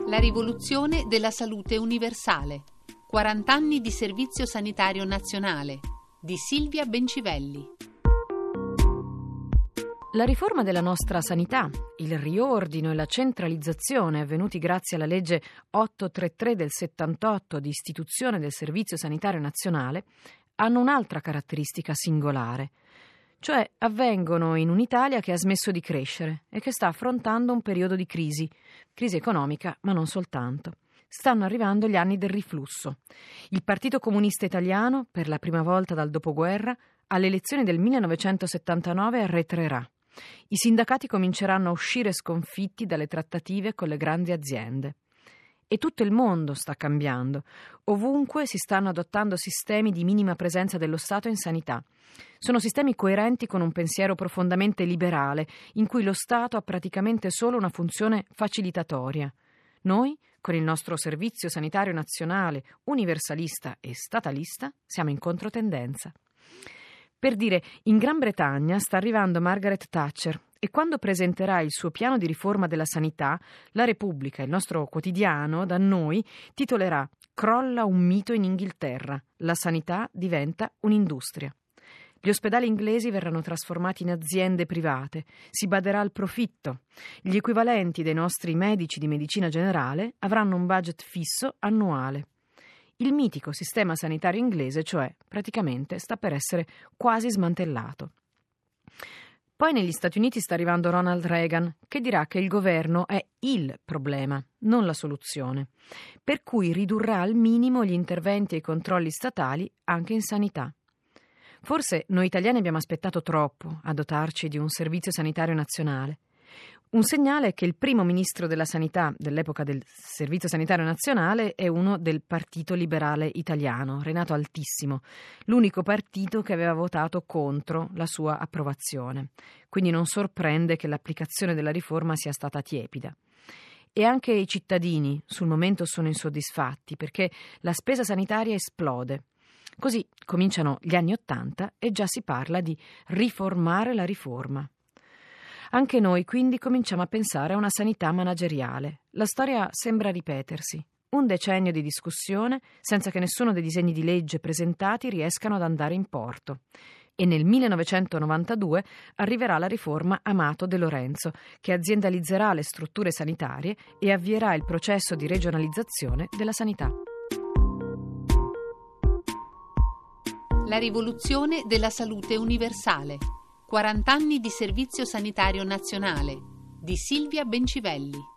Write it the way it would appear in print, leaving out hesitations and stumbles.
La rivoluzione della salute universale. 40 anni di servizio sanitario nazionale di Silvia Bencivelli. La riforma della nostra sanità, il riordino e la centralizzazione avvenuti grazie alla legge 833 del 78 di istituzione del Servizio Sanitario Nazionale hanno un'altra caratteristica singolare, cioè avvengono in un'Italia che ha smesso di crescere e che sta affrontando un periodo di crisi economica, ma non soltanto. Stanno arrivando gli anni del riflusso. Il Partito Comunista Italiano, per la prima volta dal dopoguerra, alle elezioni del 1979 arretrerà. I sindacati cominceranno a uscire sconfitti dalle trattative con le grandi aziende. E tutto il mondo sta cambiando. Ovunque si stanno adottando sistemi di minima presenza dello Stato in sanità. Sono sistemi coerenti con un pensiero profondamente liberale, in cui lo Stato ha praticamente solo una funzione facilitatoria. Noi, con il nostro Servizio Sanitario Nazionale, universalista e statalista, siamo in controtendenza. Per dire, in Gran Bretagna sta arrivando Margaret Thatcher e quando presenterà il suo piano di riforma della sanità, la Repubblica, il nostro quotidiano, da noi, titolerà «Crolla un mito in Inghilterra. La sanità diventa un'industria». Gli ospedali inglesi verranno trasformati in aziende private, si baderà al profitto. Gli equivalenti dei nostri medici di medicina generale avranno un budget fisso annuale. Il mitico sistema sanitario inglese, cioè, praticamente sta per essere quasi smantellato. Poi negli Stati Uniti sta arrivando Ronald Reagan, che dirà che il governo è il problema, non la soluzione, per cui ridurrà al minimo gli interventi e i controlli statali anche in sanità. Forse noi italiani abbiamo aspettato troppo a dotarci di un servizio sanitario nazionale. Un segnale è che il primo ministro della sanità dell'epoca del Servizio Sanitario Nazionale è uno del Partito Liberale Italiano, Renato Altissimo, l'unico partito che aveva votato contro la sua approvazione. Quindi non sorprende che l'applicazione della riforma sia stata tiepida. E anche i cittadini sul momento sono insoddisfatti perché la spesa sanitaria esplode. Così cominciano gli anni '80 e già si parla di riformare la riforma. Anche noi quindi cominciamo a pensare a una sanità manageriale. La storia sembra ripetersi. Un decennio di discussione senza che nessuno dei disegni di legge presentati riescano ad andare in porto. E nel 1992 arriverà la riforma Amato De Lorenzo, che aziendalizzerà le strutture sanitarie e avvierà il processo di regionalizzazione della sanità. La rivoluzione della salute universale. 40 anni di servizio sanitario nazionale di Silvia Bencivelli.